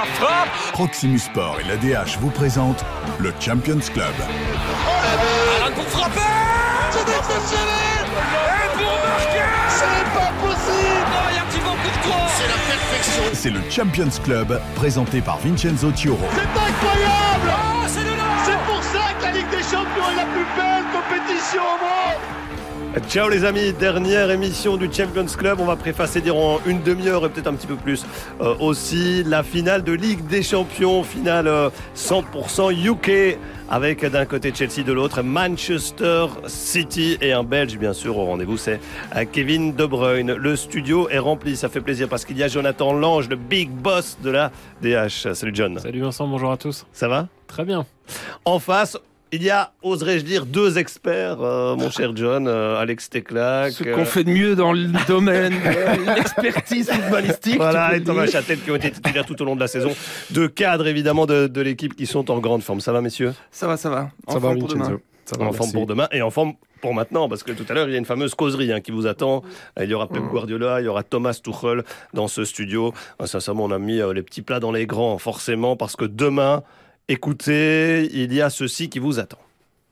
la frappe. Proximus Sport et l'ADH vous présentent le Champions Club. Alan pour frapper. C'est exceptionnel. Et pour marquer. C'est pas possible. Oh, il y a Thibaut Courtois. C'est la perfection. C'est le Champions Club présenté par Vincenzo Chioro. C'est incroyable. Oh, c'est de là. C'est pour ça que la Ligue des Champions est la plus belle compétition au monde. Ciao les amis, dernière émission du Champions Club. On va préfacer durant une demi-heure et peut-être un petit peu plus aussi la finale de Ligue des Champions, finale 100% UK avec d'un côté Chelsea, de l'autre Manchester City et un Belge bien sûr au rendez-vous, c'est Kevin De Bruyne. Le studio est rempli, ça fait plaisir parce qu'il y a Jonathan Lange, le big boss de la DH. Salut John. Salut Vincent, bonjour à tous. Ça va ? Très bien. En face, il y a, oserais-je dire, deux experts, mon cher John, Alex Teclac. Ce qu'on fait de mieux dans le domaine de l'expertise footballistique. Voilà, et Thomas Châtel qui ont été titulaires tout au long de la saison. Deux cadres, évidemment, de l'équipe qui sont en grande forme. Ça va, messieurs ? Ça va. Ça va, Pour demain. Ça va, En forme pour demain et en forme pour maintenant, parce que tout à l'heure, il y a une fameuse causerie qui vous attend. Il y aura Pep Guardiola, il y aura Thomas Tuchel dans ce studio. Sincèrement, on a mis les petits plats dans les grands, forcément, parce que demain, écoutez, il y a ceci qui vous attend.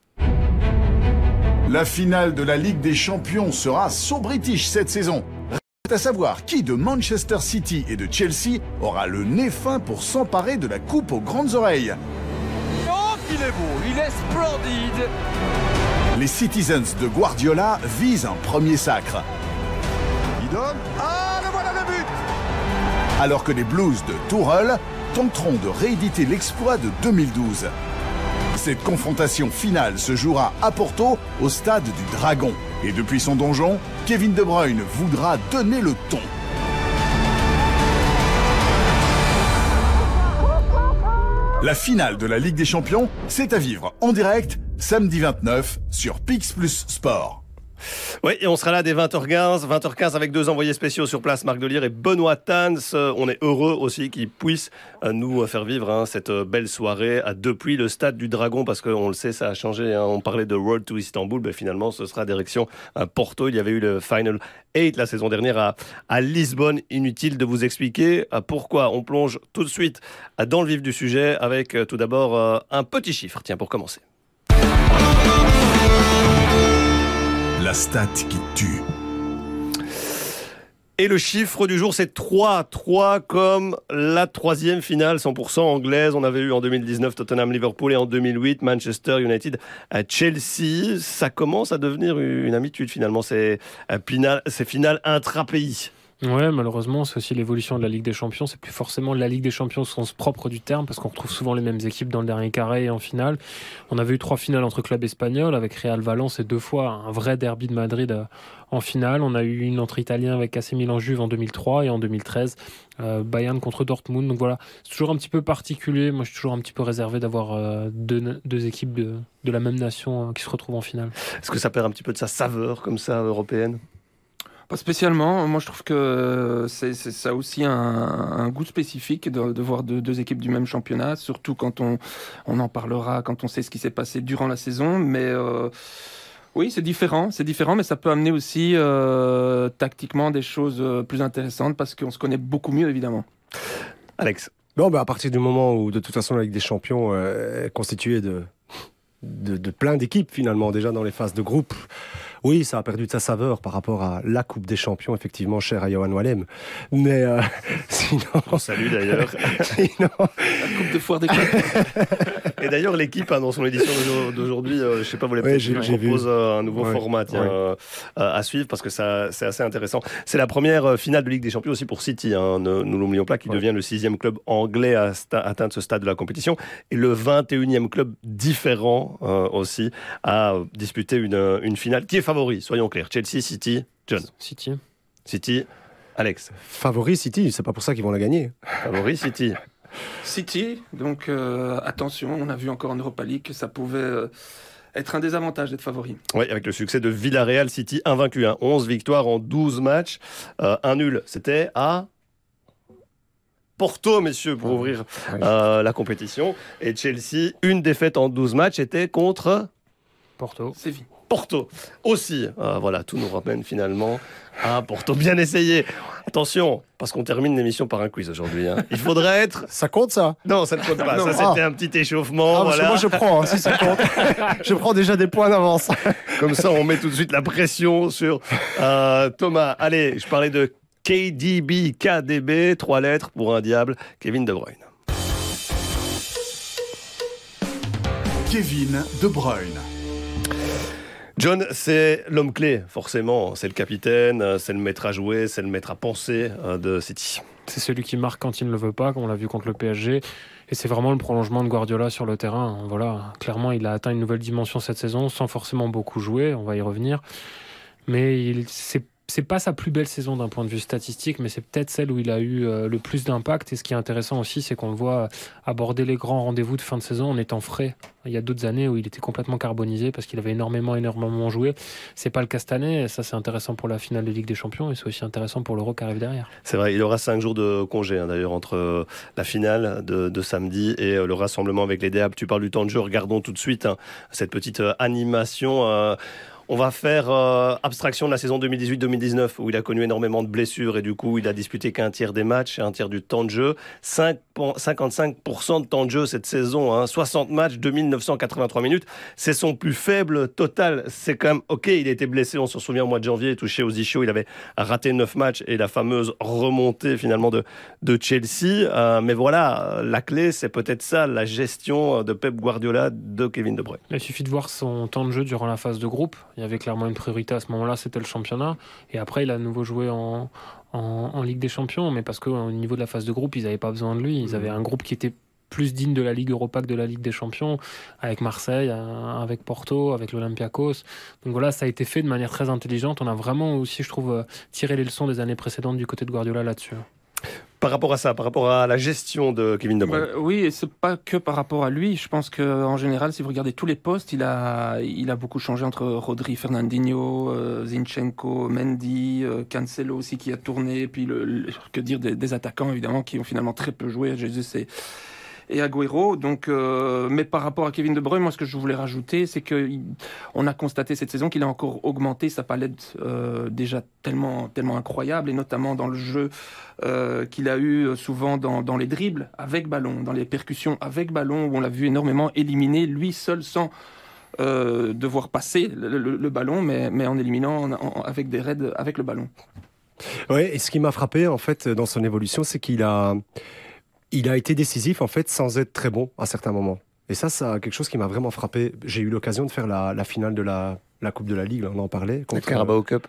La finale de la Ligue des Champions sera so British cette saison. Reste à savoir qui de Manchester City et de Chelsea aura le nez fin pour s'emparer de la coupe aux grandes oreilles. Oh, qu'il est beau, il est splendide. Les Citizens de Guardiola visent un premier sacre. Il donne. Ah, le voilà le but. Alors que les Blues de Tuchel tenteront de rééditer l'exploit de 2012. Cette confrontation finale se jouera à Porto, au stade du Dragon. Et depuis son donjon, Kevin De Bruyne voudra donner le ton. La finale de la Ligue des Champions, c'est à vivre en direct, samedi 29, sur Pix Plus Sport. Oui, et on sera là dès 20h15 avec deux envoyés spéciaux sur place, Marc Delire et Benoît Tans. On est heureux aussi qu'ils puissent nous faire vivre cette belle soirée depuis le stade du Dragon, parce qu'on le sait, ça a changé. On parlait de Road to Istanbul, mais finalement ce sera direction Porto. Il y avait eu le Final 8 la saison dernière à Lisbonne. Inutile de vous expliquer pourquoi. On plonge tout de suite dans le vif du sujet avec tout d'abord un petit chiffre, tiens, pour commencer. La stat qui tue. Et le chiffre du jour, c'est 3. 3 comme la troisième finale 100% anglaise. On avait eu en 2019 Tottenham-Liverpool et en 2008 Manchester United à Chelsea. Ça commence à devenir une habitude finalement, ces finales intra-pays. Ouais, malheureusement, c'est aussi l'évolution de la Ligue des Champions. C'est plus forcément la Ligue des Champions au sens propre du terme, parce qu'on retrouve souvent les mêmes équipes dans le dernier carré et en finale. On avait eu 3 finales entre clubs espagnols, avec Real Valence et 2 fois un vrai derby de Madrid en finale. On a eu une entre Italiens avec AC Milan-Juve en 2003 et en 2013 Bayern contre Dortmund. Donc voilà, c'est toujours un petit peu particulier. Moi, je suis toujours un petit peu réservé d'avoir deux équipes de la même nation qui se retrouvent en finale. Est-ce que ça perd un petit peu de sa saveur comme ça européenne ? Pas spécialement. Moi, je trouve que ça a aussi un goût spécifique de voir deux équipes du même championnat, surtout quand on en parlera, quand on sait ce qui s'est passé durant la saison. Mais oui, c'est différent, mais ça peut amener aussi tactiquement des choses plus intéressantes parce qu'on se connaît beaucoup mieux, évidemment. Alex ? Non, à partir du moment où, de toute façon, la Ligue des Champions est constituée de plein d'équipes, finalement, déjà dans les phases de groupe. Oui, ça a perdu de sa saveur par rapport à la Coupe des Champions, effectivement, chère à Johan Wallem. Mais sinon... On salue d'ailleurs. Sinon... La Coupe de foire des clubs. Et d'ailleurs, l'équipe, dans son édition d'aujourd'hui, je ne sais pas, vous l'avez peut-être vu, propose un nouveau format à suivre, parce que c'est assez intéressant. C'est la première finale de Ligue des Champions aussi pour City, ne nous l'oublions pas, qui devient le 6e club anglais à atteindre ce stade de la compétition, et le 21e club différent aussi à disputer une finale qui est favori, soyons clairs. Chelsea, City, John. City, Alex. Favori City, c'est pas pour ça qu'ils vont la gagner. Favori City. City, donc attention, on a vu encore en Europa League que ça pouvait être un désavantage d'être favori. Oui, avec le succès de Villarreal, City invaincu, 11 victoires en 12 matchs, un nul, c'était à Porto, messieurs, pour ouvrir la compétition. Et Chelsea, une défaite en 12 matchs, était contre Porto. Porto aussi. Voilà, tout nous ramène finalement à Porto. Bien essayé. Attention, parce qu'on termine l'émission par un quiz aujourd'hui. Il faudrait être... Ça compte, ça? Non, ça ne compte pas. Non. Ça, c'était un petit échauffement. Parce que moi, je prends, si ça compte. Je prends déjà des points d'avance. Comme ça, on met tout de suite la pression sur Thomas. Allez, je parlais de KDB, 3 lettres pour un diable, Kevin De Bruyne. Kevin De Bruyne. John, c'est l'homme clé, forcément. C'est le capitaine, c'est le maître à jouer, c'est le maître à penser de City. C'est celui qui marque quand il ne le veut pas, comme on l'a vu contre le PSG. Et c'est vraiment le prolongement de Guardiola sur le terrain. Voilà, clairement, il a atteint une nouvelle dimension cette saison, sans forcément beaucoup jouer, on va y revenir. Mais c'est pas sa plus belle saison d'un point de vue statistique, mais c'est peut-être celle où il a eu le plus d'impact. Et ce qui est intéressant aussi, c'est qu'on le voit aborder les grands rendez-vous de fin de saison en étant frais. Il y a d'autres années où il était complètement carbonisé parce qu'il avait énormément joué. C'est pas le cas cette année. Et ça, c'est intéressant pour la finale de Ligue des Champions et c'est aussi intéressant pour l'Euro qui arrive derrière. C'est vrai, il aura 5 jours de congé d'ailleurs entre la finale de samedi et le rassemblement avec les Diables. Tu parles du temps de jeu. Regardons tout de suite cette petite animation. On va faire abstraction de la saison 2018-2019 où il a connu énormément de blessures et du coup il a disputé qu'un tiers des matchs et un tiers du temps de jeu. 55% de temps de jeu cette saison, 60 matchs, 2983 minutes. C'est son plus faible total. C'est quand même ok, il a été blessé, on s'en souvient au mois de janvier, touché aux ischios, il avait raté 9 matchs et la fameuse remontée finalement de Chelsea. Mais voilà, la clé c'est peut-être ça, la gestion de Pep Guardiola de Kevin De Bruyne. Il suffit de voir son temps de jeu durant la phase de groupe. Il y avait clairement une priorité à ce moment-là, c'était le championnat. Et après, il a à nouveau joué en Ligue des Champions, mais parce qu'au niveau de la phase de groupe, ils n'avaient pas besoin de lui. Ils avaient un groupe qui était plus digne de la Ligue Europa que de la Ligue des Champions, avec Marseille, avec Porto, avec l'Olympiakos. Donc voilà, ça a été fait de manière très intelligente. On a vraiment aussi, je trouve, tiré les leçons des années précédentes du côté de Guardiola là-dessus. Par rapport à ça, par rapport à la gestion de Kevin De Bruyne. Oui, et c'est pas que par rapport à lui. Je pense qu'en général, si vous regardez tous les postes, il a beaucoup changé entre Rodri, Fernandinho, Zinchenko, Mendy, Cancelo aussi qui a tourné, puis que dire des attaquants évidemment qui ont finalement très peu joué, Jesus et Agüero. Donc, mais par rapport à Kevin De Bruyne, moi ce que je voulais rajouter, c'est qu'on a constaté cette saison qu'il a encore augmenté sa palette déjà tellement incroyable, et notamment dans le jeu qu'il a eu souvent dans les dribbles avec ballon, dans les percussions avec ballon, où on l'a vu énormément éliminer lui seul sans devoir passer le ballon, mais en éliminant avec des raids avec le ballon. Oui, et ce qui m'a frappé en fait dans son évolution, c'est qu'il a été décisif en fait sans être très bon à certains moments. Et ça quelque chose qui m'a vraiment frappé. J'ai eu l'occasion de faire la finale de la Coupe de la Ligue, on en parlait. Contre Carabao Cup.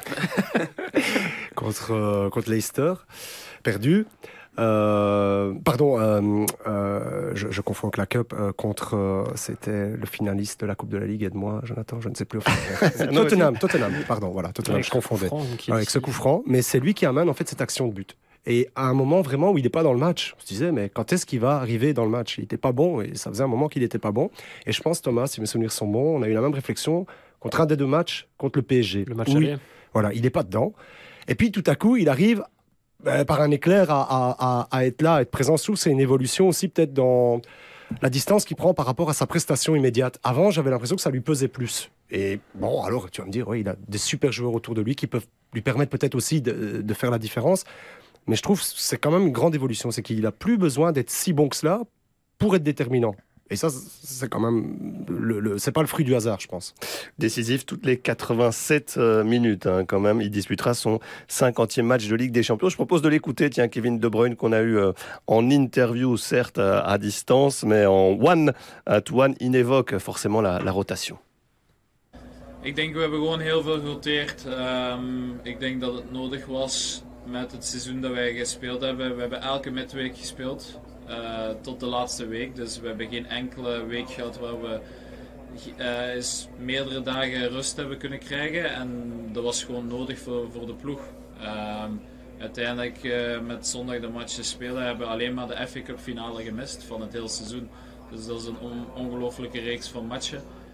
contre Leicester, perdu. Je confonds avec la Cup. C'était le finaliste de la Coupe de la Ligue, aide-moi, Jonathan, je ne sais plus. Tottenham, pardon, voilà, Tottenham, je confondais. Avec ce coup franc, mais c'est lui qui amène en fait cette action de but. Et à un moment vraiment où il n'est pas dans le match, on se disait, mais quand est-ce qu'il va arriver dans le match? Il n'était pas bon, et ça faisait un moment qu'il n'était pas bon. Et je pense, Thomas, si mes souvenirs sont bons, on a eu la même réflexion contre un des 2 matchs, contre le PSG. Le match aller. Voilà, il n'est pas dedans. Et puis tout à coup, il arrive par un éclair à être là, à être présent sous. C'est une évolution aussi peut-être dans la distance qu'il prend par rapport à sa prestation immédiate. Avant, j'avais l'impression que ça lui pesait plus. Et bon, alors tu vas me dire, oui, il a des super joueurs autour de lui qui peuvent lui permettre peut-être aussi de faire la différence. Mais je trouve que c'est quand même une grande évolution. C'est qu'il n'a plus besoin d'être si bon que cela pour être déterminant. Et ça, c'est quand même... c'est pas le fruit du hasard, je pense. Décisif toutes les 87 minutes, quand même. Il disputera son 50e match de Ligue des Champions. Je propose de l'écouter, Kevin De Bruyne, qu'on a eu en interview, certes, à distance, mais en one-to-one, il évoque forcément la rotation. Ik denk, we hebben gewoon heel veel geroteerd. Ik denk dat het nodig was met het seizoen dat wij gespeeld hebben. We hebben elke midweek gespeeld. Tot de laatste week. Dus we hebben geen enkele week gehad waar we meerdere dagen rust hebben kunnen krijgen. En dat was gewoon nodig voor de ploeg. Uiteindelijk met zondag de match te spelen hebben we alleen maar de FA Cup finale gemist van het hele seizoen. Dus dat is een ongelooflijke reeks van matchen.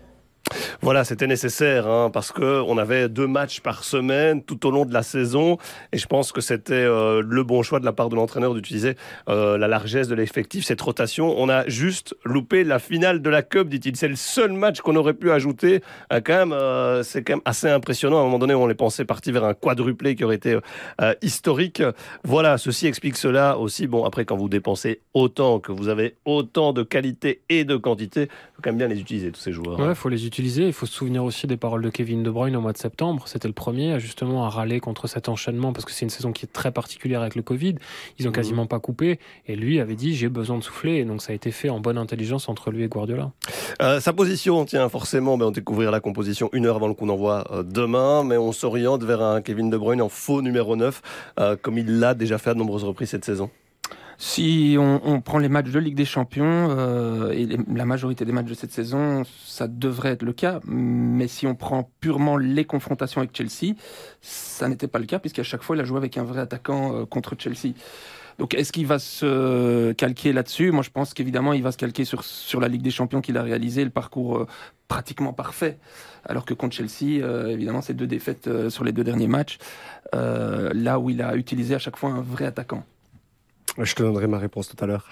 Voilà, c'était nécessaire parce que on avait 2 matchs par semaine tout au long de la saison et je pense que c'était le bon choix de la part de l'entraîneur d'utiliser la largesse de l'effectif, cette rotation. On a juste loupé la finale de la Cup, dit-il. C'est le seul match qu'on aurait pu ajouter. C'est quand même assez impressionnant. À un moment donné, on les pensait partis vers un quadruplé qui aurait été historique. Voilà, ceci explique cela aussi. Bon, après, quand vous dépensez autant, que vous avez autant de qualité et de quantité, il faut quand même bien les utiliser, tous ces joueurs. Ouais, il faut les utiliser. Il faut se souvenir aussi des paroles de Kevin De Bruyne au mois de septembre. C'était le premier justement à râler contre cet enchaînement parce que c'est une saison qui est très particulière avec le Covid. Ils ont quasiment pas coupé et lui avait dit j'ai besoin de souffler et donc ça a été fait en bonne intelligence entre lui et Guardiola. Sa position, tiens, forcément, on découvrira la composition 1 heure avant le coup d'envoi demain, mais on s'oriente vers un Kevin De Bruyne en faux numéro 9 comme il l'a déjà fait à de nombreuses reprises cette saison. Si on prend les matchs de Ligue des Champions, et la majorité des matchs de cette saison, ça devrait être le cas. Mais si on prend purement les confrontations avec Chelsea, ça n'était pas le cas, puisqu'à chaque fois, il a joué avec un vrai attaquant contre Chelsea. Donc, est-ce qu'il va se calquer là-dessus ? Moi, je pense qu'évidemment, il va se calquer sur la Ligue des Champions qu'il a réalisé, le parcours pratiquement parfait. Alors que contre Chelsea, évidemment, c'est 2 défaites sur les 2 derniers matchs, là où il a utilisé à chaque fois un vrai attaquant. Je te donnerai ma réponse tout à l'heure.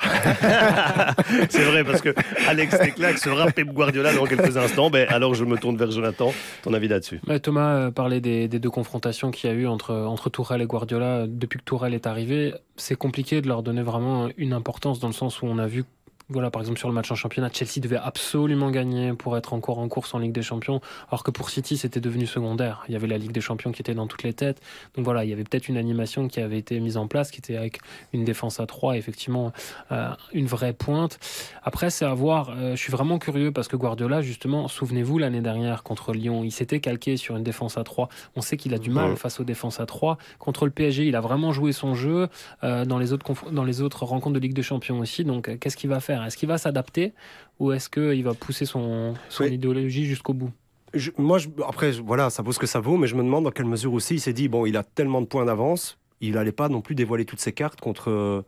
C'est vrai, parce que Alex Leclerc sera Pep Guardiola dans quelques instants. Alors je me tourne vers Jonathan. Ton avis là-dessus ? Thomas parlait des 2 confrontations qu'il y a eu entre Tourelle et Guardiola. Depuis que Tourelle est arrivé, c'est compliqué de leur donner vraiment une importance dans le sens où on a vu Voilà, par exemple, sur le match en championnat, Chelsea devait absolument gagner pour être encore en course en Ligue des Champions, alors que pour City, c'était devenu secondaire. Il y avait la Ligue des Champions qui était dans toutes les têtes. Donc voilà, il y avait peut-être une animation qui avait été mise en place, qui était avec une défense à 3, effectivement, une vraie pointe. Après, c'est à voir. Je suis vraiment curieux parce que Guardiola, justement, souvenez-vous, l'année dernière, contre Lyon, il s'était calqué sur une défense à 3. On sait qu'il a du mal face aux défenses à 3. Contre le PSG, il a vraiment joué son jeu dans les autres rencontres de Ligue des Champions aussi. Donc, qu'est-ce qu'il va faire ? Est-ce qu'il va s'adapter ou est-ce qu'il va pousser son idéologie jusqu'au bout ? Après, voilà, ça vaut ce que ça vaut, mais je me demande dans quelle mesure aussi il s'est dit, bon, il a tellement de points d'avance, il n'allait pas non plus dévoiler toutes ses cartes contre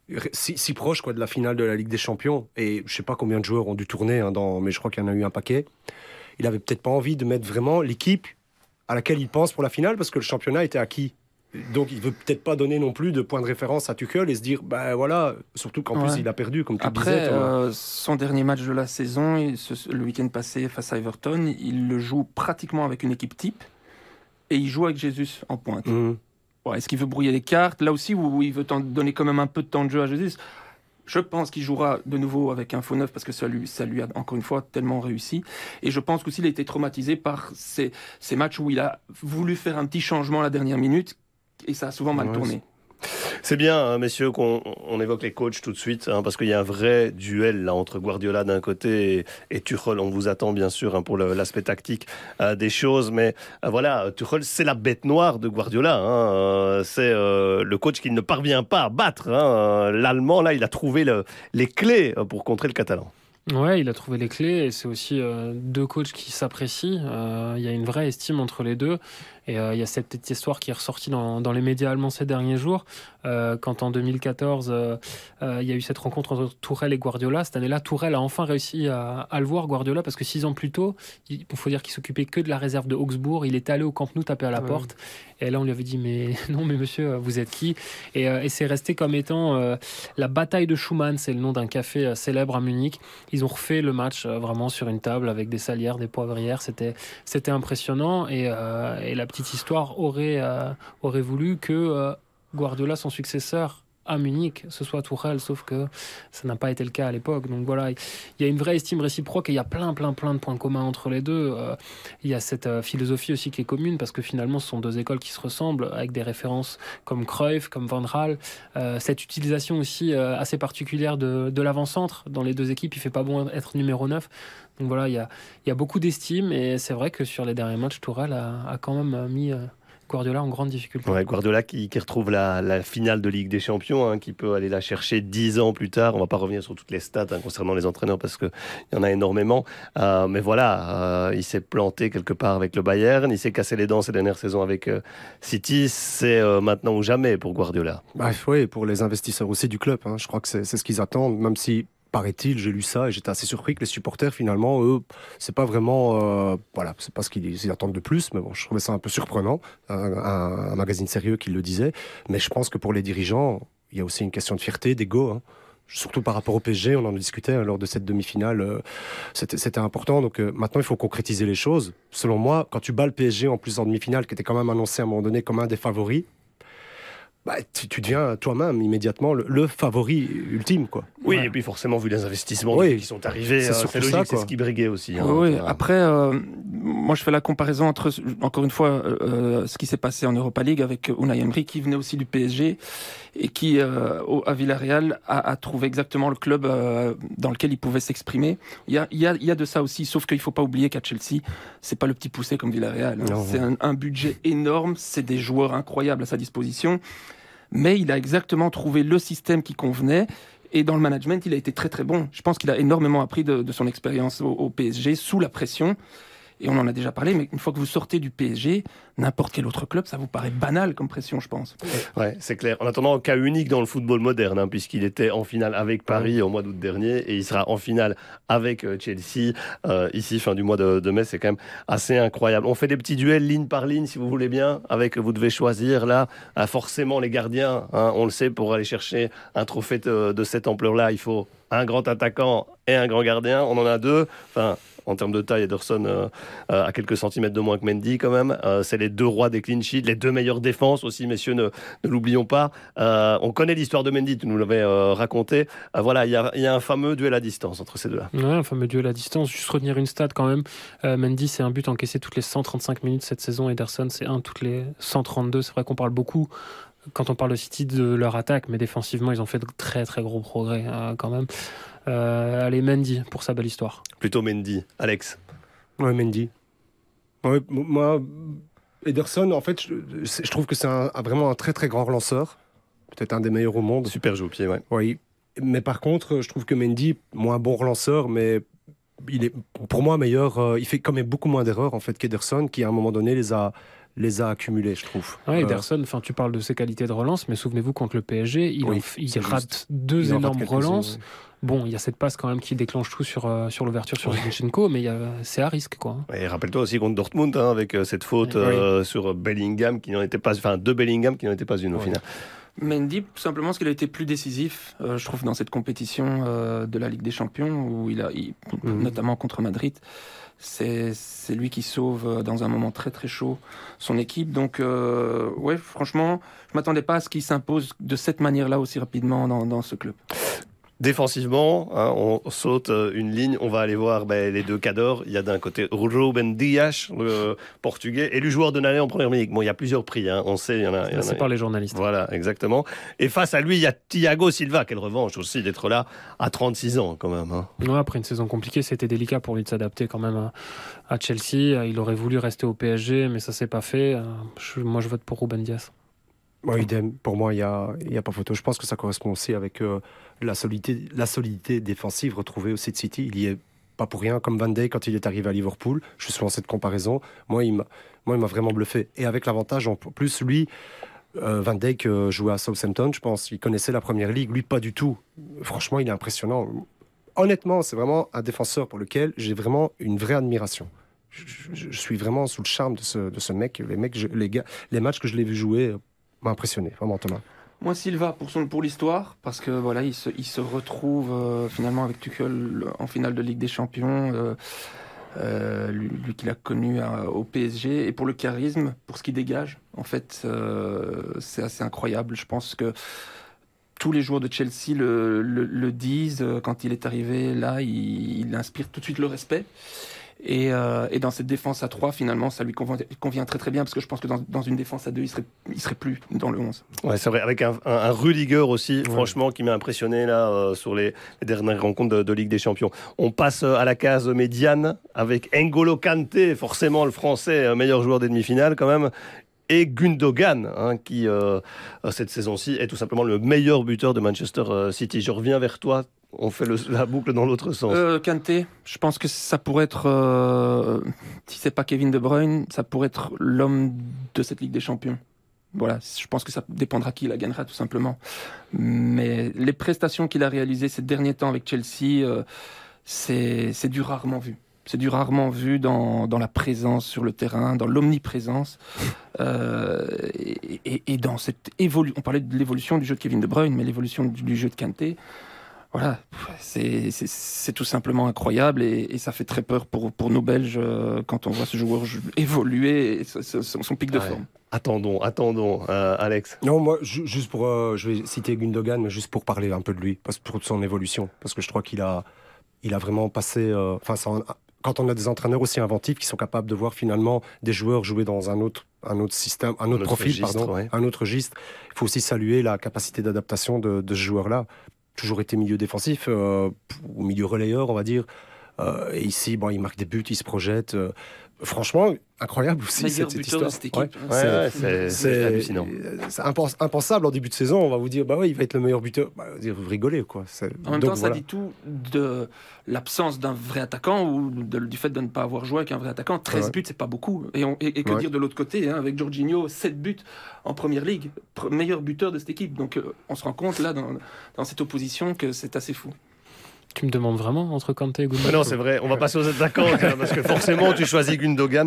si proche de la finale de la Ligue des Champions. Et je ne sais pas combien de joueurs ont dû tourner, mais je crois qu'il y en a eu un paquet. Il n'avait peut-être pas envie de mettre vraiment l'équipe à laquelle il pense pour la finale, parce que le championnat était acquis. Donc il veut peut-être pas donner non plus de point de référence à Tuchel et se dire voilà, surtout qu'en plus il a perdu comme tu disais. Après son dernier match de la saison, le week-end passé face à Everton, il le joue pratiquement avec une équipe type et il joue avec Jesus en pointe. Est-ce qu'il veut brouiller les cartes là aussi, ou il veut donner quand même un peu de temps de jeu à Jesus? Je pense qu'il jouera de nouveau avec un faux neuf parce que ça lui a encore une fois tellement réussi. Et je pense qu'aussi il a été traumatisé par ces matchs où il a voulu faire un petit changement à la dernière minute et ça a souvent mal tourné. C'est bien, messieurs, qu'on évoque les coachs tout de suite, parce qu'il y a un vrai duel là, entre Guardiola d'un côté et Tuchel. On vous attend bien sûr pour l'aspect tactique des choses, mais voilà, Tuchel, c'est la bête noire de Guardiola. C'est le coach qu'il ne parvient pas à battre. L'Allemand, là, il a trouvé les clés pour contrer le Catalan. Ouais, il a trouvé les clés et c'est aussi deux coachs qui s'apprécient. Il y a une vraie estime entre les deux. Et il y a cette petite histoire qui est ressortie dans les médias allemands ces derniers jours, quand en 2014, il y a eu cette rencontre entre Tourelle et Guardiola. Cette année-là, Tourelle a enfin réussi à le voir, Guardiola, parce que 6 ans plus tôt, il faut dire qu'il s'occupait que de la réserve de Augsbourg. Il était allé au Camp Nou taper à la porte. Et là, on lui avait dit, mais non, mais monsieur, vous êtes qui ? Et c'est resté comme étant la bataille de Schumann, c'est le nom d'un café célèbre à Munich. Ils ont refait le match vraiment sur une table avec des salières, des poivrières. C'était impressionnant. Et la petite histoire aurait voulu que Guardiola, son successeur à Munich, ce soit Tuchel, sauf que ça n'a pas été le cas à l'époque. Donc voilà, il y a une vraie estime réciproque et il y a plein de points communs entre les deux. Il y a cette philosophie aussi qui est commune, parce que finalement ce sont deux écoles qui se ressemblent, avec des références comme Cruyff, comme Van Gaal. Cette utilisation aussi assez particulière de l'avant-centre dans les deux équipes. Il fait pas bon être numéro 9. Donc voilà, il y a beaucoup d'estime, et c'est vrai que sur les derniers matchs, Tuchel a quand même mis Guardiola en grande difficulté. Ouais, Guardiola qui retrouve la finale de Ligue des Champions, qui peut aller la chercher 10 ans plus tard. On ne va pas revenir sur toutes les stats concernant les entraîneurs parce qu'il y en a énormément. Mais voilà, il s'est planté quelque part avec le Bayern. Il s'est cassé les dents ces dernières saisons avec City. C'est maintenant ou jamais pour Guardiola. Oui, pour les investisseurs aussi du club. Je crois que c'est ce qu'ils attendent, même si paraît-il, j'ai lu ça et j'étais assez surpris que les supporters, finalement, eux, c'est pas vraiment, c'est pas ce qu'ils attendent de plus, mais bon, je trouvais ça un peu surprenant, un magazine sérieux qui le disait, mais je pense que pour les dirigeants, il y a aussi une question de fierté, d'ego, hein. Surtout par rapport au PSG, on en discutait lors de cette demi-finale, c'était important. Donc maintenant, il faut concrétiser les choses. Selon moi, quand tu bats le PSG en plus en demi-finale, qui était quand même annoncé à un moment donné comme un des favoris, tu deviens toi-même immédiatement le favori ultime, quoi. Oui, et puis forcément, vu les investissements qui sont arrivés, c'est logique, c'est ce qui briguait aussi. Hein, oui, après, moi je fais la comparaison entre, encore une fois, ce qui s'est passé en Europa League avec Unai Emery, qui venait aussi du PSG, et qui, à Villarreal, a trouvé exactement le club dans lequel il pouvait s'exprimer. Il y a de ça aussi, sauf qu'il ne faut pas oublier qu'à Chelsea, c'est pas le petit poussé comme Villarreal. Hein. C'est un budget énorme, c'est des joueurs incroyables à sa disposition, mais il a exactement trouvé le système qui convenait. Et dans le management, il a été très très bon. Je pense qu'il a énormément appris de son expérience au PSG, sous la pression. Et on en a déjà parlé, mais une fois que vous sortez du PSG, n'importe quel autre club, ça vous paraît banal comme pression, je pense. Ouais, c'est clair. En attendant, un cas unique dans le football moderne, hein, puisqu'il était en finale avec Paris au mois d'août dernier, et il sera en finale avec Chelsea ici, fin du mois de mai. C'est quand même assez incroyable. On fait des petits duels ligne par ligne, si vous voulez bien, vous devez choisir là, forcément les gardiens, hein, on le sait, pour aller chercher un trophée de cette ampleur-là, il faut un grand attaquant et un grand gardien. On en a deux. Enfin, en termes de taille, Ederson à quelques centimètres de moins que Mendy quand même. C'est les deux rois des clean sheets, les deux meilleures défenses aussi, messieurs, ne l'oublions pas. On connaît l'histoire de Mendy, tu nous l'avais raconté. Voilà, il y a un fameux duel à distance entre ces deux-là. Ouais, un fameux duel à distance. Juste retenir une stat quand même. Mendy, c'est un but encaissé toutes les 135 minutes cette saison. Ederson, c'est un toutes les 132. C'est vrai qu'on parle beaucoup, quand on parle de City, de leur attaque, mais défensivement, ils ont fait de très très gros progrès quand même. Allez, Mendy pour sa belle histoire. Plutôt Mendy. Alex? Ouais, Mendy. Ouais, moi, Ederson, en fait, je trouve que c'est vraiment un très très grand relanceur. Peut-être un des meilleurs au monde. Super jeu au pied, ouais. Oui. Mais par contre, je trouve que Mendy, moins bon relanceur, mais il est pour moi meilleur. Il fait quand même beaucoup moins d'erreurs en fait qu'Ederson, qui à un moment donné les a accumulés, je trouve. Ouais, Ederson, tu parles de ses qualités de relance, mais souvenez-vous, contre le PSG, il rate deux énormes relances. Ouais. Bon, il y a cette passe quand même qui déclenche tout sur l'ouverture sur Zinchenko, mais c'est à risque, quoi. Et rappelle-toi aussi contre Dortmund, avec cette faute sur Bellingham, qui n'en était pas, deux Bellingham qui n'en étaient pas une au final. Mendy, tout simplement parce qu'il a été plus décisif, je trouve, dans cette compétition de la Ligue des Champions, où notamment contre Madrid. C'est lui qui sauve dans un moment très très chaud son équipe. Donc, franchement, je ne m'attendais pas à ce qu'il s'impose de cette manière-là aussi rapidement dans ce club. Défensivement, on saute une ligne, on va aller voir les deux cadors. Il y a d'un côté Ruben Dias, le portugais, élu joueur de l'année en première ligue. Bon, il y a plusieurs prix, on sait, il y en a. C'est par les journalistes. Voilà, exactement. Et face à lui, il y a Thiago Silva. Quelle revanche aussi d'être là à 36 ans quand même. Ouais, après une saison compliquée, c'était délicat pour lui de s'adapter quand même à Chelsea. Il aurait voulu rester au PSG, mais ça s'est pas fait. Moi, je vote pour Ruben Dias. Ouais, idem. Pour moi, il y a pas photo. Je pense que ça correspond aussi avec la solidité défensive retrouvée au City. Il y est pas pour rien, comme Van Dijk quand il est arrivé à Liverpool. Je suis souvent cette comparaison. Moi, il m'a vraiment bluffé. Et avec l'avantage, en plus, lui, Van Dijk jouait à Southampton, je pense. Il connaissait la Première Ligue. Lui, pas du tout. Franchement, il est impressionnant. Honnêtement, c'est vraiment un défenseur pour lequel j'ai vraiment une vraie admiration. Je suis vraiment sous le charme de ce mec. Les matchs que je l'ai vu jouer m'a impressionné, vraiment, Thomas. Moi, Silva, pour l'histoire, parce que voilà, il se retrouve finalement avec Tuchel en finale de Ligue des Champions, lui qu'il a connu au PSG, et pour le charisme, pour ce qu'il dégage, en fait, c'est assez incroyable. Je pense que tous les joueurs de Chelsea le disent. Quand il est arrivé là, il inspire tout de suite le respect. Et dans cette défense à 3, finalement, ça lui convient très très bien, parce que je pense que dans une défense à 2, il serait plus dans le 11. Ouais, c'est vrai, avec un Rudiger aussi, franchement, qui m'a impressionné là sur les dernières rencontres de Ligue des Champions. On passe à la case médiane avec N'Golo Kanté, forcément le Français, meilleur joueur des demi-finales quand même, et Gundogan, qui cette saison-ci est tout simplement le meilleur buteur de Manchester City. Je reviens vers toi. On fait la boucle dans l'autre sens. Kanté, je pense que ça pourrait être, si c'est pas Kevin De Bruyne, ça pourrait être l'homme de cette Ligue des Champions. Voilà, je pense que ça dépendra qui la gagnera tout simplement. Mais les prestations qu'il a réalisées ces derniers temps avec Chelsea, c'est du rarement vu. C'est du rarement vu dans la présence sur le terrain, dans l'omniprésence et dans cette évolution. On parlait de l'évolution du jeu de Kevin De Bruyne, mais l'évolution du jeu de Kanté. Voilà, c'est tout simplement incroyable et ça fait très peur pour nos Belges quand on voit ce joueur évoluer et son pic de forme. Attendons, Alex. Non, moi, juste pour, je vais citer Gundogan, mais juste pour parler un peu de lui, pour son évolution, parce que je crois qu'il a vraiment passé. Quand on a des entraîneurs aussi inventifs qui sont capables de voir finalement des joueurs jouer dans un autre système, un autre profil, registre, ouais. un autre registre, il faut aussi saluer la capacité d'adaptation de ce joueur-là. Toujours été milieu défensif, ou milieu relayeur, on va dire. Et ici, il marque des buts, il se projette. Franchement, incroyable aussi cette histoire. De cette équipe. C'est hallucinant. C'est impensable en début de saison. On va vous dire, il va être le meilleur buteur. Vous rigolez, quoi. En même temps, ça dit tout de l'absence d'un vrai attaquant ou du fait de ne pas avoir joué avec un vrai attaquant. 13 buts, c'est pas beaucoup. Et que dire de l'autre côté, avec Jorginho, 7 buts en première ligue, meilleur buteur de cette équipe. Donc on se rend compte là, dans cette opposition, que c'est assez fou. Tu me demandes vraiment entre Kanté et Gundogan? Non, c'est vrai, on va passer aux attaquants, parce que forcément, tu choisis Gundogan.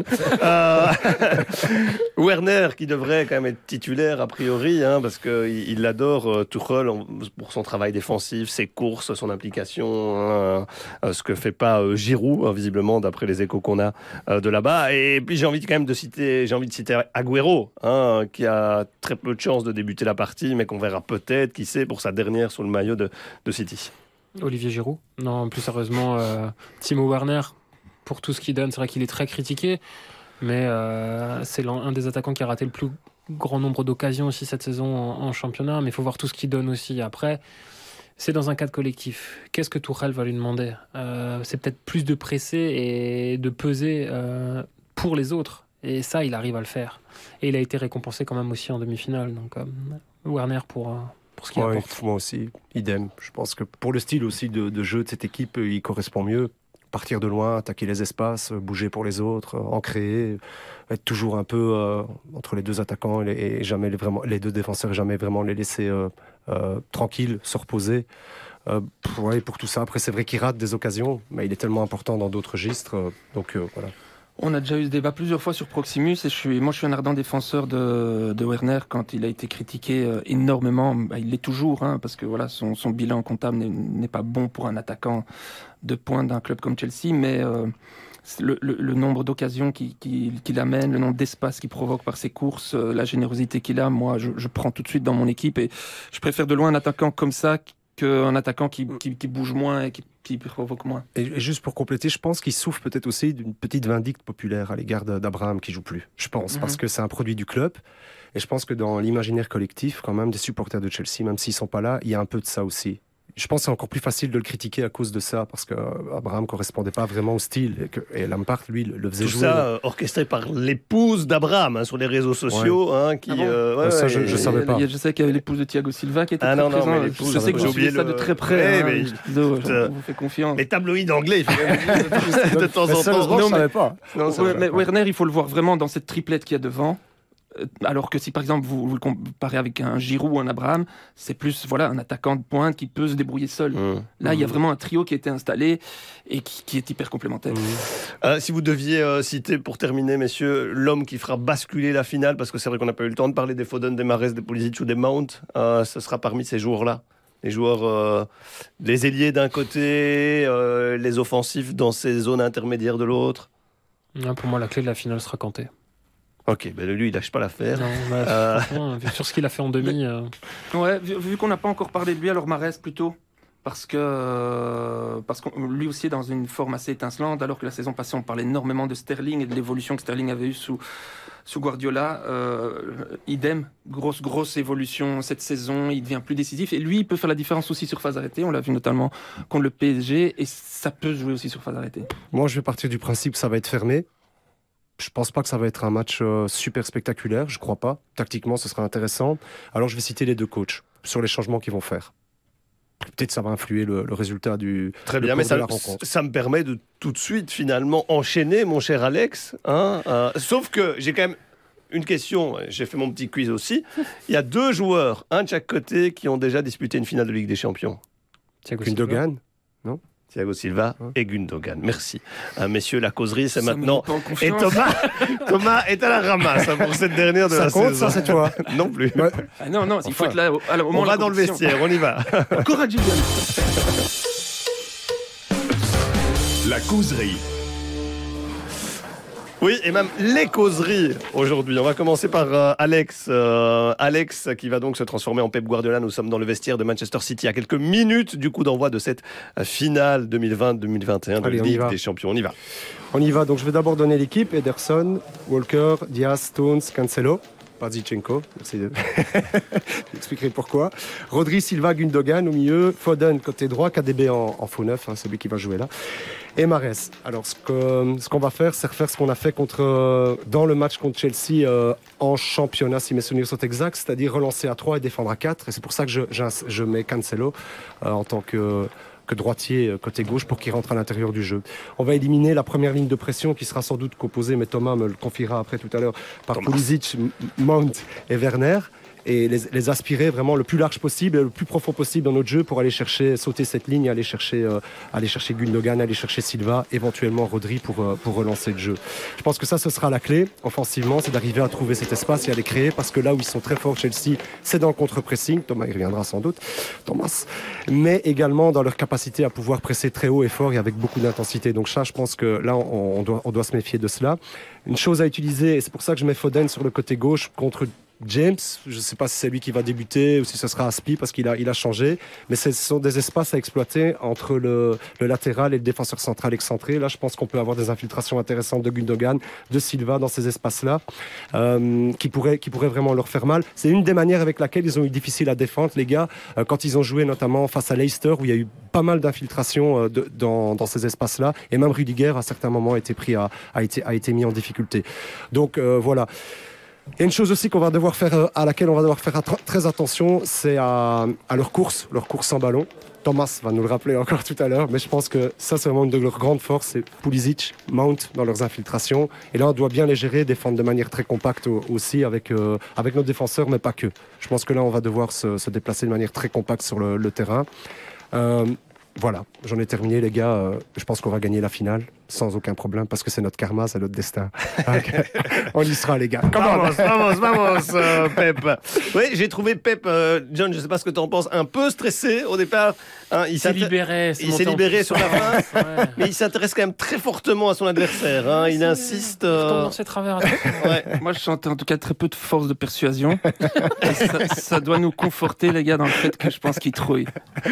Werner, qui devrait quand même être titulaire, a priori, parce qu'il l'adore, Tuchel, pour son travail défensif, ses courses, son implication, ce que fait pas Giroud, visiblement, d'après les échos qu'on a de là-bas. Et puis, j'ai envie de citer Agüero, qui a très peu de chances de débuter la partie, mais qu'on verra peut-être, qui sait, pour sa dernière sur le maillot de City. Olivier Giroud? Non, plus sérieusement, Timo Werner, pour tout ce qu'il donne, c'est vrai qu'il est très critiqué, mais c'est un des attaquants qui a raté le plus grand nombre d'occasions aussi cette saison en championnat, mais il faut voir tout ce qu'il donne aussi. Après, c'est dans un cadre collectif. Qu'est-ce que Tuchel va lui demander? C'est peut-être plus de presser et de peser pour les autres, et ça, il arrive à le faire. Et il a été récompensé quand même aussi en demi-finale, donc Werner pour ce qu'il apporte. Moi aussi, idem. Je pense que pour le style aussi de jeu de cette équipe, il correspond mieux. Partir de loin, attaquer les espaces, bouger pour les autres, en créer, être toujours un peu entre les deux attaquants et jamais les deux défenseurs, jamais vraiment les laisser tranquilles, se reposer. Pour tout ça, après c'est vrai qu'il rate des occasions, mais il est tellement important dans d'autres registres, donc voilà. On a déjà eu ce débat plusieurs fois sur Proximus et moi je suis un ardent défenseur de Werner quand il a été critiqué énormément. Il l'est toujours, parce que voilà, son bilan comptable n'est pas bon pour un attaquant de pointe d'un club comme Chelsea, mais le nombre d'occasions qu'il amène, le nombre d'espace qu'il provoque par ses courses, la générosité qu'il a, moi je prends tout de suite dans mon équipe et je préfère de loin un attaquant comme ça qu'un attaquant qui bouge moins et qui provoque moins. Et juste pour compléter, je pense qu'il souffre peut-être aussi d'une petite vindicte populaire à l'égard d'Abraham qui joue plus. Je pense, parce que c'est un produit du club. Et je pense que dans l'imaginaire collectif, quand même, des supporters de Chelsea, même s'ils sont pas là, il y a un peu de ça aussi. Je pense que c'est encore plus facile de le critiquer à cause de ça, parce qu'Abraham correspondait pas vraiment au style, et Lampard, lui, le faisait jouer. Tout ça orchestré par l'épouse d'Abraham sur les réseaux sociaux. Ça, je savais pas. Je sais qu'il y avait l'épouse de Thiago Silva qui était très présente. Mais l'épouse, je sais que j'ai oublié ça de très près. Je vous fais confiance. Les tabloïds anglais, il faut de temps en temps. Non, je savais pas. Mais Werner, il faut le voir vraiment dans cette triplette qu'il y a devant. Alors que si par exemple vous le comparez avec un Giroud ou un Abraham, c'est plus un attaquant de pointe qui peut se débrouiller seul. Là, il y a vraiment un trio qui a été installé et qui est hyper complémentaire. Si vous deviez citer, pour terminer, messieurs, l'homme qui fera basculer la finale, parce que c'est vrai qu'on n'a pas eu le temps de parler des Foden, des Mahrez, des Pulisic ou des Mount, ce sera parmi ces joueurs-là. Les joueurs, les ailiers d'un côté, les offensifs dans ces zones intermédiaires de l'autre. Pour moi, la clé de la finale sera Kanté. Ok, lui, il lâche pas l'affaire. Non, sur ce qu'il a fait en demi. Ouais, vu qu'on n'a pas encore parlé de lui, alors Mahrez plutôt. Parce que lui aussi est dans une forme assez étincelante, alors que la saison passée, on parlait énormément de Sterling et de l'évolution que Sterling avait eue sous Guardiola. Idem, grosse évolution cette saison, il devient plus décisif. Et lui, il peut faire la différence aussi sur phase arrêtée. On l'a vu notamment contre le PSG, et ça peut jouer aussi sur phase arrêtée. Moi, je vais partir du principe que ça va être fermé. Je pense pas que ça va être un match super spectaculaire, je crois pas. Tactiquement, ce sera intéressant. Alors, je vais citer les deux coachs sur les changements qu'ils vont faire. Peut-être ça va influer le résultat du Très bien, mais de la rencontre. Ça me permet de tout de suite, finalement, enchaîner, mon cher Alex. Sauf que j'ai quand même une question, j'ai fait mon petit quiz aussi. Il y a 2 joueurs, un de chaque côté, qui ont déjà disputé une finale de Ligue des Champions. Gundogan. Thiago Silva et Gundogan. Merci. Messieurs, la causerie, c'est Ça maintenant. me met pas en Et confiance. Thomas est à la ramasse pour cette dernière de Ça la compte, saison. ça, c'est toi. Non plus. Ouais. Ah non, il faut être là au moment On de la va dans le compétition. vestiaire, on y va. Encore un jingle. La causerie. Oui, et même les causeries aujourd'hui. On va commencer par Alex. Alex qui va donc se transformer en Pep Guardiola. Nous sommes dans le vestiaire de Manchester City à quelques minutes du coup d'envoi de cette finale 2020-2021 de Allez, on y Ligue va. des Champions. On y va. On y va, donc je vais d'abord donner l'équipe. Ederson, Walker, Diaz, Stones, Cancelo. Pas Zinchenko, merci de... J'expliquerai pourquoi. Rodri, Silva, Gundogan au milieu. Foden côté droit, KDB en faux neuf, c'est lui qui va jouer là. Et Mahrez. Alors ce qu'on va faire, c'est refaire ce qu'on a fait dans le match contre Chelsea en championnat, si mes souvenirs sont exacts, c'est-à-dire relancer à 3 et défendre à 4. Et c'est pour ça que je mets Cancelo en tant que droitier côté gauche pour qu'il rentre à l'intérieur du jeu. On va éliminer la première ligne de pression qui sera sans doute composée, mais Thomas me le confiera après tout à l'heure, par Pulisic, Mount et Werner, et les aspirer vraiment le plus large possible et le plus profond possible dans notre jeu pour aller sauter cette ligne, aller chercher Gundogan, aller chercher Silva, éventuellement Rodri pour relancer le jeu. Je pense que ça, ce sera la clé offensivement, c'est d'arriver à trouver cet espace et à les créer, parce que là où ils sont très forts Chelsea, c'est dans le contre-pressing, Thomas y reviendra sans doute, mais également dans leur capacité à pouvoir presser très haut et fort et avec beaucoup d'intensité. Donc ça, je pense que là, on doit se méfier de cela. Une chose à utiliser, et c'est pour ça que je mets Foden sur le côté gauche contre James, je ne sais pas si c'est lui qui va débuter ou si ce sera Aspi parce qu'il a changé, mais ce sont des espaces à exploiter entre le latéral et le défenseur central excentré. Là, je pense qu'on peut avoir des infiltrations intéressantes de Gundogan, de Silva dans ces espaces-là, qui pourraient vraiment leur faire mal. C'est une des manières avec laquelle ils ont eu difficile à défendre, les gars, quand ils ont joué notamment face à Leicester, où il y a eu pas mal d'infiltrations dans ces espaces-là, et même Rudiger à certains moments a été mis en difficulté. Donc voilà. Et une chose aussi à laquelle on va devoir faire très attention, c'est à leur course en ballon. Thomas va nous le rappeler encore tout à l'heure, mais je pense que ça, c'est vraiment une de leurs grandes forces, c'est Pulisic, Mount dans leurs infiltrations. Et là, on doit bien les gérer, défendre de manière très compacte aussi avec nos défenseurs, mais pas que. Je pense que là, on va devoir se déplacer de manière très compacte sur le terrain. Voilà, j'en ai terminé les gars, je pense qu'on va gagner la finale sans aucun problème parce que c'est notre karma, c'est notre destin. On y sera les gars. Vamos, Pep. Oui, j'ai trouvé Pep, John, je ne sais pas ce que tu en penses, un peu stressé au départ. Hein, il s'est libéré sur la fin, Ouais. mais il s'intéresse quand même très fortement à son adversaire. Hein, il insiste. Dans ses travers. Ouais. Moi, je sens en tout cas très peu de force de persuasion. Et ça doit nous conforter, les gars, dans le fait que je pense qu'il trouille.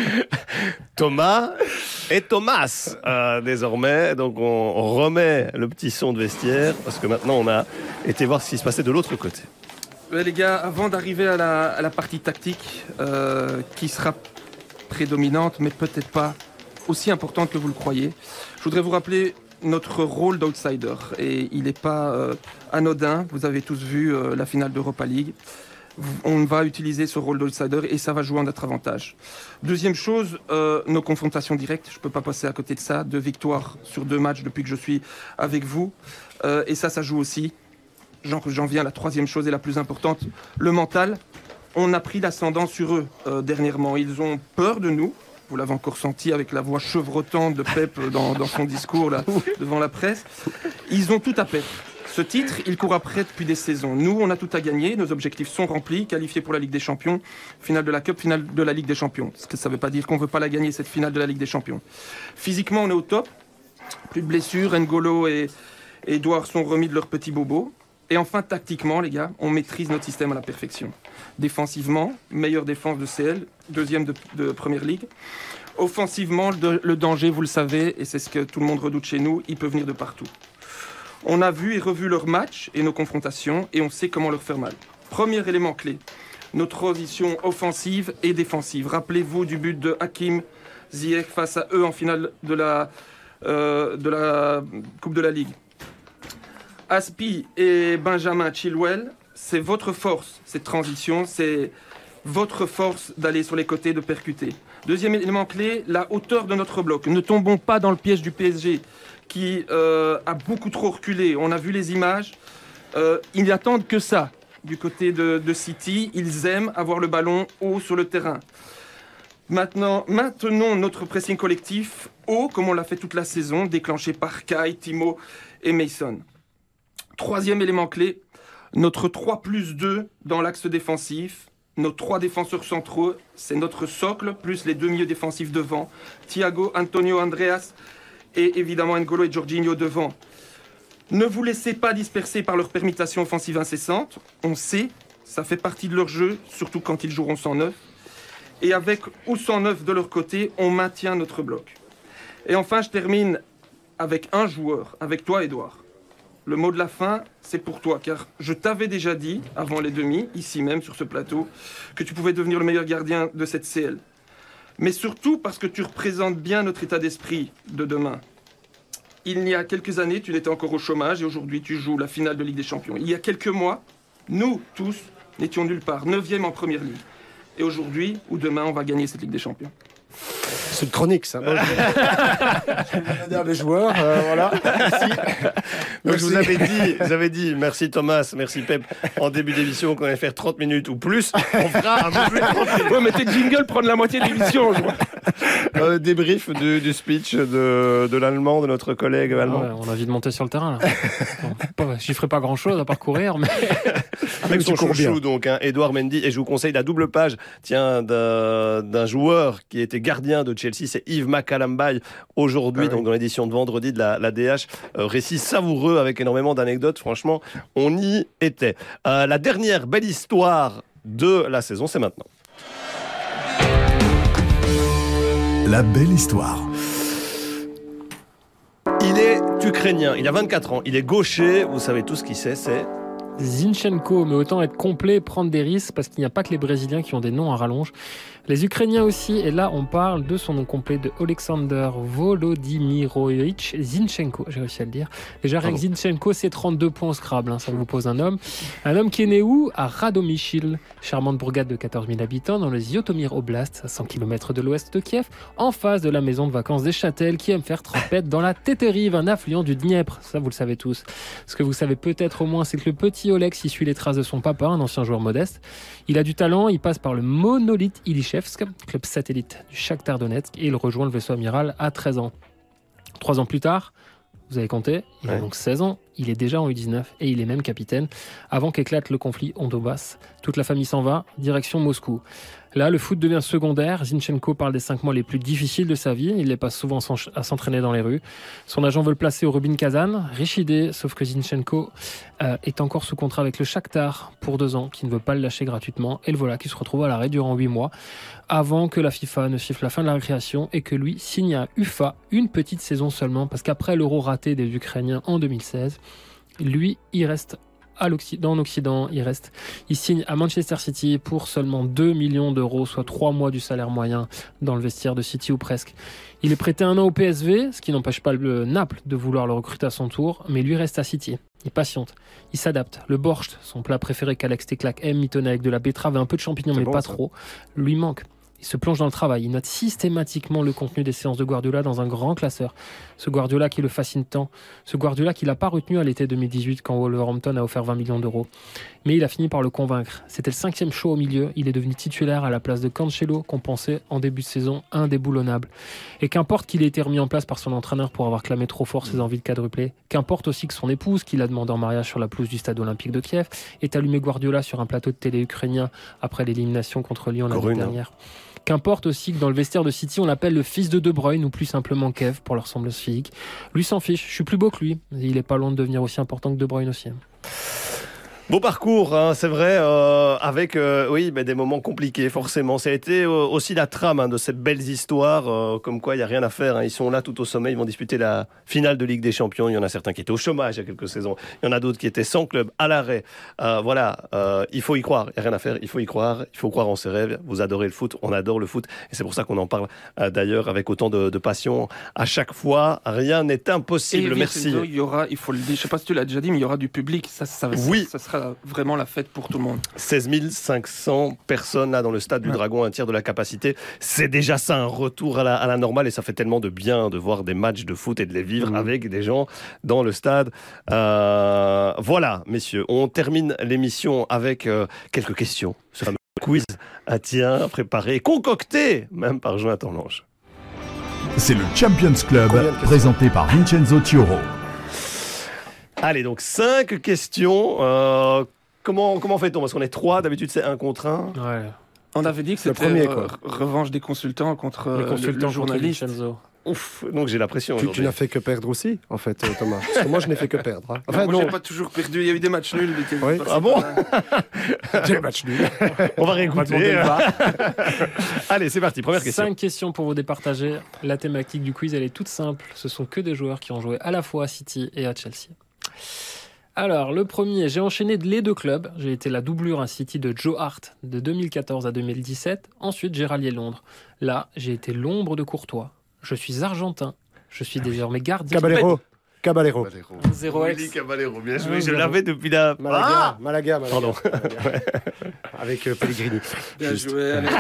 Thomas et Thomas désormais. Donc on remet le petit son de vestiaire parce que maintenant on a été voir ce qui se passait de l'autre côté. Ouais, les gars, avant d'arriver à la partie tactique, qui sera prédominante, mais peut-être pas aussi importante que vous le croyez, je voudrais vous rappeler notre rôle d'outsider. Et il n'est pas anodin. Vous avez tous vu la finale d'Europa League. On va utiliser ce rôle d'outsider et ça va jouer en notre avantage. Deuxième chose, nos confrontations directes. Je ne peux pas passer à côté de ça. 2 victoires sur 2 matchs depuis que je suis avec vous. Et ça joue aussi. J'en viens à la troisième chose et la plus importante. Le mental. On a pris l'ascendant sur eux dernièrement. Ils ont peur de nous. Vous l'avez encore senti avec la voix chevrotante de Pep dans son discours là, devant la presse. Ils ont tout à perdre. Ce titre, il court après depuis des saisons. Nous, on a tout à gagner, nos objectifs sont remplis, qualifiés pour la Ligue des Champions, finale de la Cup, finale de la Ligue des Champions. Ce que ça ne veut pas dire qu'on ne veut pas la gagner, cette finale de la Ligue des Champions. Physiquement, on est au top, plus de blessures, N'Golo et Edouard sont remis de leurs petits bobos. Et enfin, tactiquement, les gars, on maîtrise notre système à la perfection. Défensivement, meilleure défense de CL, deuxième de Première Ligue. Offensivement, le danger, vous le savez, et c'est ce que tout le monde redoute chez nous, il peut venir de partout. On a vu et revu leurs matchs et nos confrontations et on sait comment leur faire mal. Premier élément clé, notre transition offensive et défensive. Rappelez-vous du but de Hakim Ziyech face à eux en finale de la Coupe de la Ligue. Aspi et Benjamin Chilwell, c'est votre force, cette transition, c'est votre force d'aller sur les côtés, de percuter. Deuxième élément clé, la hauteur de notre bloc. Ne tombons pas dans le piège du PSG qui a beaucoup trop reculé. On a vu les images. Ils n'attendent que ça du côté de City. Ils aiment avoir le ballon haut sur le terrain. Maintenant, maintenons notre pressing collectif haut, comme on l'a fait toute la saison, déclenché par Kai, Timo et Mason. Troisième élément clé, notre 3+2 dans l'axe défensif. Nos 3 défenseurs centraux, c'est notre socle, plus les 2 milieux défensifs devant. Thiago, Antonio, Andreas et évidemment N'Golo et Jorginho devant. Ne vous laissez pas disperser par leur permutation offensive incessante. On sait, ça fait partie de leur jeu, surtout quand ils joueront sans neuf. Et avec ou sans neuf de leur côté, on maintient notre bloc. Et enfin, je termine avec un joueur, avec toi, Edouard. Le mot de la fin, c'est pour toi, car je t'avais déjà dit, avant les demi, ici même sur ce plateau, que tu pouvais devenir le meilleur gardien de cette CL. Mais surtout parce que tu représentes bien notre état d'esprit de demain. Il y a quelques années, tu étais encore au chômage et aujourd'hui, tu joues la finale de Ligue des Champions. Il y a quelques mois, nous, tous, n'étions nulle part, 9e en Première Ligue. Et aujourd'hui, ou demain, on va gagner cette Ligue des Champions. C'est une chronique, ça. Moi, je vais dire les joueurs, voilà. Merci. Donc, je vous avais dit, merci Thomas, merci Pep, en début d'émission, qu'on allait faire 30 minutes ou plus. On fera un peu plus de 30 minutes. Ouais, mais tes jingles prennent la moitié de l'émission, je vois. Débrief du speech de l'allemand, de notre collègue allemand. Ouais, on a envie de monter sur le terrain, là. J'y ferai pas grand-chose à parcourir, mais... Avec son chouchou, donc, Edouard Mendy. Et je vous conseille la double page, d'un joueur qui était gardien de Chelsea, c'est Yves Makalambay, aujourd'hui, donc dans l'édition de vendredi de la DH. Récit savoureux avec énormément d'anecdotes. Franchement, on y était. La dernière belle histoire de la saison, c'est maintenant. La belle histoire. Il est ukrainien, il a 24 ans, il est gaucher, vous savez tous qui c'est Zinchenko, mais autant être complet, prendre des risques, parce qu'il n'y a pas que les Brésiliens qui ont des noms à rallonge. Les Ukrainiens aussi, et là on parle de son nom complet, de Alexander Volodymyrovitch Zinchenko, j'ai réussi à le dire. Déjà, rien que Zinchenko, c'est 32 points au Scrabble, ça vous pose un homme. Un homme qui est né où ? À Radomyshil, charmante bourgade de 14 000 habitants, dans le Zhytomyr Oblast, à 100 km de l'ouest de Kiev, en face de la maison de vacances des Châtels, qui aime faire trempette dans la Téterive, un affluent du Dniepr. Ça, vous le savez tous. Ce que vous savez peut-être au moins, c'est que le petit Olex, il suit les traces de son papa, un ancien joueur modeste. Il a du talent, il passe par le Monolith Ilishevsk, club satellite du Shakhtar Donetsk, et il rejoint le vaisseau amiral à 13 ans. 3 ans plus tard, vous avez compté, il a donc 16 ans, il est déjà en U19 et il est même capitaine. Avant qu'éclate le conflit en Donbass, toute la famille s'en va, direction Moscou. Là, le foot devient secondaire. Zinchenko parle des 5 mois les plus difficiles de sa vie. Il les passe souvent à s'entraîner dans les rues. Son agent veut le placer au Rubin Kazan. Riche idée, sauf que Zinchenko est encore sous contrat avec le Shakhtar pour 2 ans, qui ne veut pas le lâcher gratuitement. Et le voilà qui se retrouve à l'arrêt durant 8 mois, avant que la FIFA ne siffle la fin de la récréation et que lui signe à UFA une petite saison seulement, parce qu'après l'euro raté des Ukrainiens en 2016, lui, il reste en Occident, il signe à Manchester City pour seulement 2 millions d'euros, soit 3 mois du salaire moyen dans le vestiaire de City ou presque. Il est prêté 1 an au PSV, ce qui n'empêche pas le Naples de vouloir le recruter à son tour, mais lui reste à City. Il patiente, il s'adapte. Le borscht, son plat préféré qu'Alex Teklak aime mitonner avec de la betterave et un peu de champignons, mais pas trop, lui manque. Il se plonge dans le travail, il note systématiquement le contenu des séances de Guardiola dans un grand classeur. Ce Guardiola qui le fascine tant, ce Guardiola qui l'a pas retenu à l'été 2018 quand Wolverhampton a offert 20 millions d'euros. Mais il a fini par le convaincre. C'était le 5e show au milieu, il est devenu titulaire à la place de Cancelo, qu'on pensait en début de saison indéboulonnable. Et qu'importe qu'il ait été remis en place par son entraîneur pour avoir clamé trop fort ses envies de quadrupler, qu'importe aussi que son épouse, qui l'a demandé en mariage sur la pelouse du stade olympique de Kiev, ait allumé Guardiola sur un plateau de télé ukrainien après l'élimination contre Lyon l'année dernière. Qu'importe aussi que dans le vestiaire de City, on l'appelle le fils de Bruyne ou plus simplement Kev pour leur ressemblance physique. Lui s'en fiche, je suis plus beau que lui. Et il est pas loin de devenir aussi important que De Bruyne aussi. Beau parcours, c'est vrai, avec des moments compliqués, forcément. Ça a été aussi la trame de cette belle histoire, comme quoi il n'y a rien à faire. Ils sont là tout au sommet, ils vont disputer la finale de Ligue des Champions. Il y en a certains qui étaient au chômage il y a quelques saisons. Il y en a d'autres qui étaient sans club, à l'arrêt. Il faut y croire, il n'y a rien à faire, il faut y croire. Il faut croire en ses rêves. Vous adorez le foot, on adore le foot. Et c'est pour ça qu'on en parle d'ailleurs avec autant de passion. À chaque fois, rien n'est impossible. Et merci. Il y aura, il faut le dire, je ne sais pas si tu l'as déjà dit, mais il y aura du public. Ça oui. Ça sera soit vraiment la fête pour tout le monde. 16 500 personnes là dans le stade du Dragon, un tiers de la capacité. C'est déjà ça, un retour à la normale, et ça fait tellement de bien de voir des matchs de foot et de les vivre avec des gens dans le stade. Voilà, messieurs, on termine l'émission avec quelques questions. Ce fameux quiz préparé, concocté même par Jonathan Lange. C'est le Champions Club, présenté par Vincenzo Tioro. Allez, donc 5 questions. Comment fait-on? Parce qu'on est 3, d'habitude c'est 1 contre 1. Ouais. On avait dit que Le c'était premier, quoi. revanche des consultants contre Le consultant le journaliste. contre Vincenzo. Ouf, donc j'ai la pression Tu aujourd'hui. n'as fait que perdre aussi, en fait, Thomas. Parce que moi, je n'ai fait que perdre. Hein. Enfin, Moi, non, j'ai pas toujours perdu. Il y a eu des matchs nuls. Oui. Ah bon? j'ai match nul. On va On va demander réécouter. le VAR. Allez, c'est parti, première question. 5 questions pour vous départager. La thématique du quiz, elle est toute simple. Ce sont que des joueurs qui ont joué à la fois à City et à Chelsea. Alors, le premier, j'ai enchaîné les 2 clubs. J'ai été la doublure à City de Joe Hart de 2014 à 2017. Ensuite, j'ai rallié Londres. Là, j'ai été l'ombre de Courtois. Je suis argentin. Je suis désormais gardien. Caballero. 0x. Caballero, bien joué. Ah, je bravo. l'avais depuis la... Malaga. Pardon. Avec Pellegrini. Bien joué. Allez.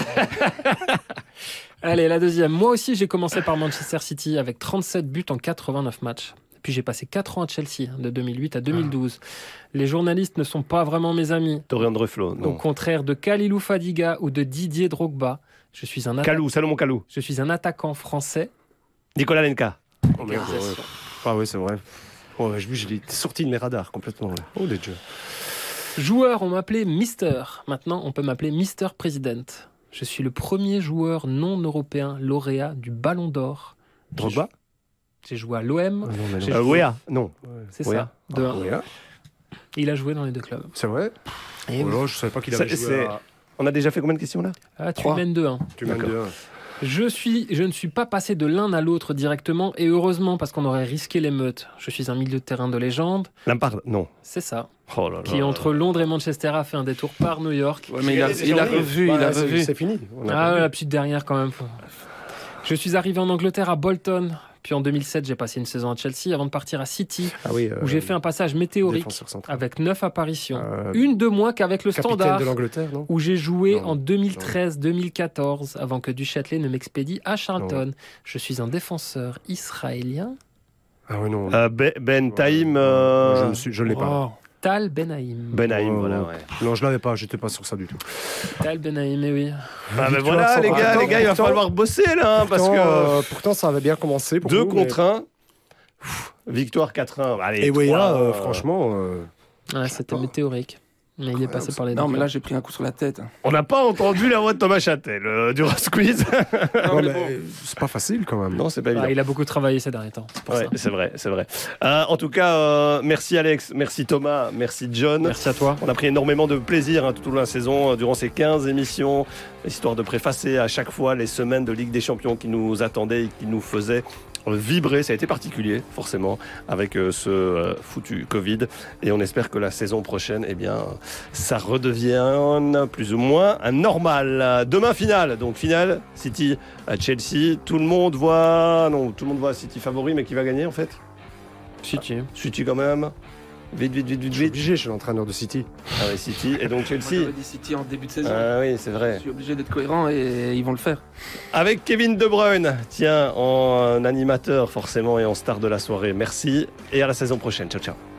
Allez, la deuxième. Moi aussi, j'ai commencé par Manchester City avec 37 buts en 89 matchs. Puis j'ai passé 4 ans à Chelsea, de 2008 à 2012. Les journalistes ne sont pas vraiment mes amis. Dorian Dreflo, Au non. contraire de Kalilou Fadiga ou de Didier Drogba, je suis un, Salomon Kalou. je suis un attaquant français. Nicolas Lenka. Oh merde, ouais. Ah oui, c'est vrai. Ouais, je l'ai sorti de mes radars complètement. Là. Oh, les dieux. Joueur, on m'appelait Mister. Maintenant, on peut m'appeler Mister President. Je suis le premier joueur non européen lauréat du Ballon d'Or. Drogba. J'ai joué à l'OM, J'ai- Wea, non. c'est Ouais. ça. De un. Oui, hein. Il a joué dans les 2 clubs. C'est vrai. Et Oh là, je savais pas qu'il avait Ça, joué c'est- à... On a déjà fait combien de questions là? Ah, tu 3. mènes 2-1. Tu m'as dit, D'accord. Je ne suis pas passé de l'un à l'autre directement, et heureusement parce qu'on aurait risqué l'émeute. Je suis un milieu de terrain de légende, Lampard, non. c'est ça, Oh là là. qui entre Londres et Manchester a fait un détour par New York. Ouais, mais il a revu. Bah, Il a c'est- revu. C'est fini. On a Ah, perdu. la petite dernière quand même. Je suis arrivé en Angleterre à Bolton, puis en 2007 j'ai passé une saison à Chelsea avant de partir à City, Ah oui. où j'ai fait un passage météorique défenseur central. avec 9 apparitions. Euh, Une de moins qu'avec le Capitaine Standard, de l'Angleterre, non? où j'ai joué Non. en 2013-2014 avant que Duchâtelet ne m'expédie à Charlton. Je suis un défenseur israélien. Ah oui, non. Ben Taïm. Je l'ai pas. Oh, Tal Benaïm. Benaïm, Oh, voilà, ouais. ouais. Non, je l'avais pas. J'étais pas sur ça du tout. Tal Benaïm, eh oui. Ah ben Victoire voilà, sans les gars, pourtant- il va falloir bosser là, hein, parce que Pourtant, ça avait bien commencé. Pour 2 nous, contre 1. Victoire 4-1. Allez, Et Wea, 3, franchement. Ouais, c'était météorique. Mais il est passé par les Non, deux mais clubs. là, j'ai pris un coup sur la tête. On n'a pas entendu la voix de Thomas Châtel du Ross Quiz. Non, ouais, mais mais bon. c'est pas facile quand même. Non, c'est pas évident. Ah, il a beaucoup travaillé ces derniers temps. C'est pour Ouais, ça. c'est vrai, c'est vrai. En tout cas, merci Alex, merci Thomas, merci John. Merci à toi. On a pris énormément de plaisir tout au long de la saison, durant ces 15 émissions, histoire de préfacer à chaque fois les semaines de Ligue des Champions qui nous attendaient et qui nous faisaient vibrer. Ça a été particulier, forcément, avec ce foutu Covid. Et on espère que la saison prochaine, eh bien, ça redevienne plus ou moins un normal. Demain, finale. Donc, finale, City à Chelsea. Tout le monde voit City favori, mais qui va gagner, en fait? City. City, quand même. Vite. Je suis obligé, je suis l'entraîneur de City. Ah oui, City. Et donc, Moi, Chelsea. j'avais dit City en début de saison. Ah oui, c'est Je vrai. suis obligé d'être cohérent et ils vont le faire. Avec Kevin De Bruyne, tiens, en animateur forcément et en star de la soirée. Merci et à la saison prochaine. Ciao, ciao.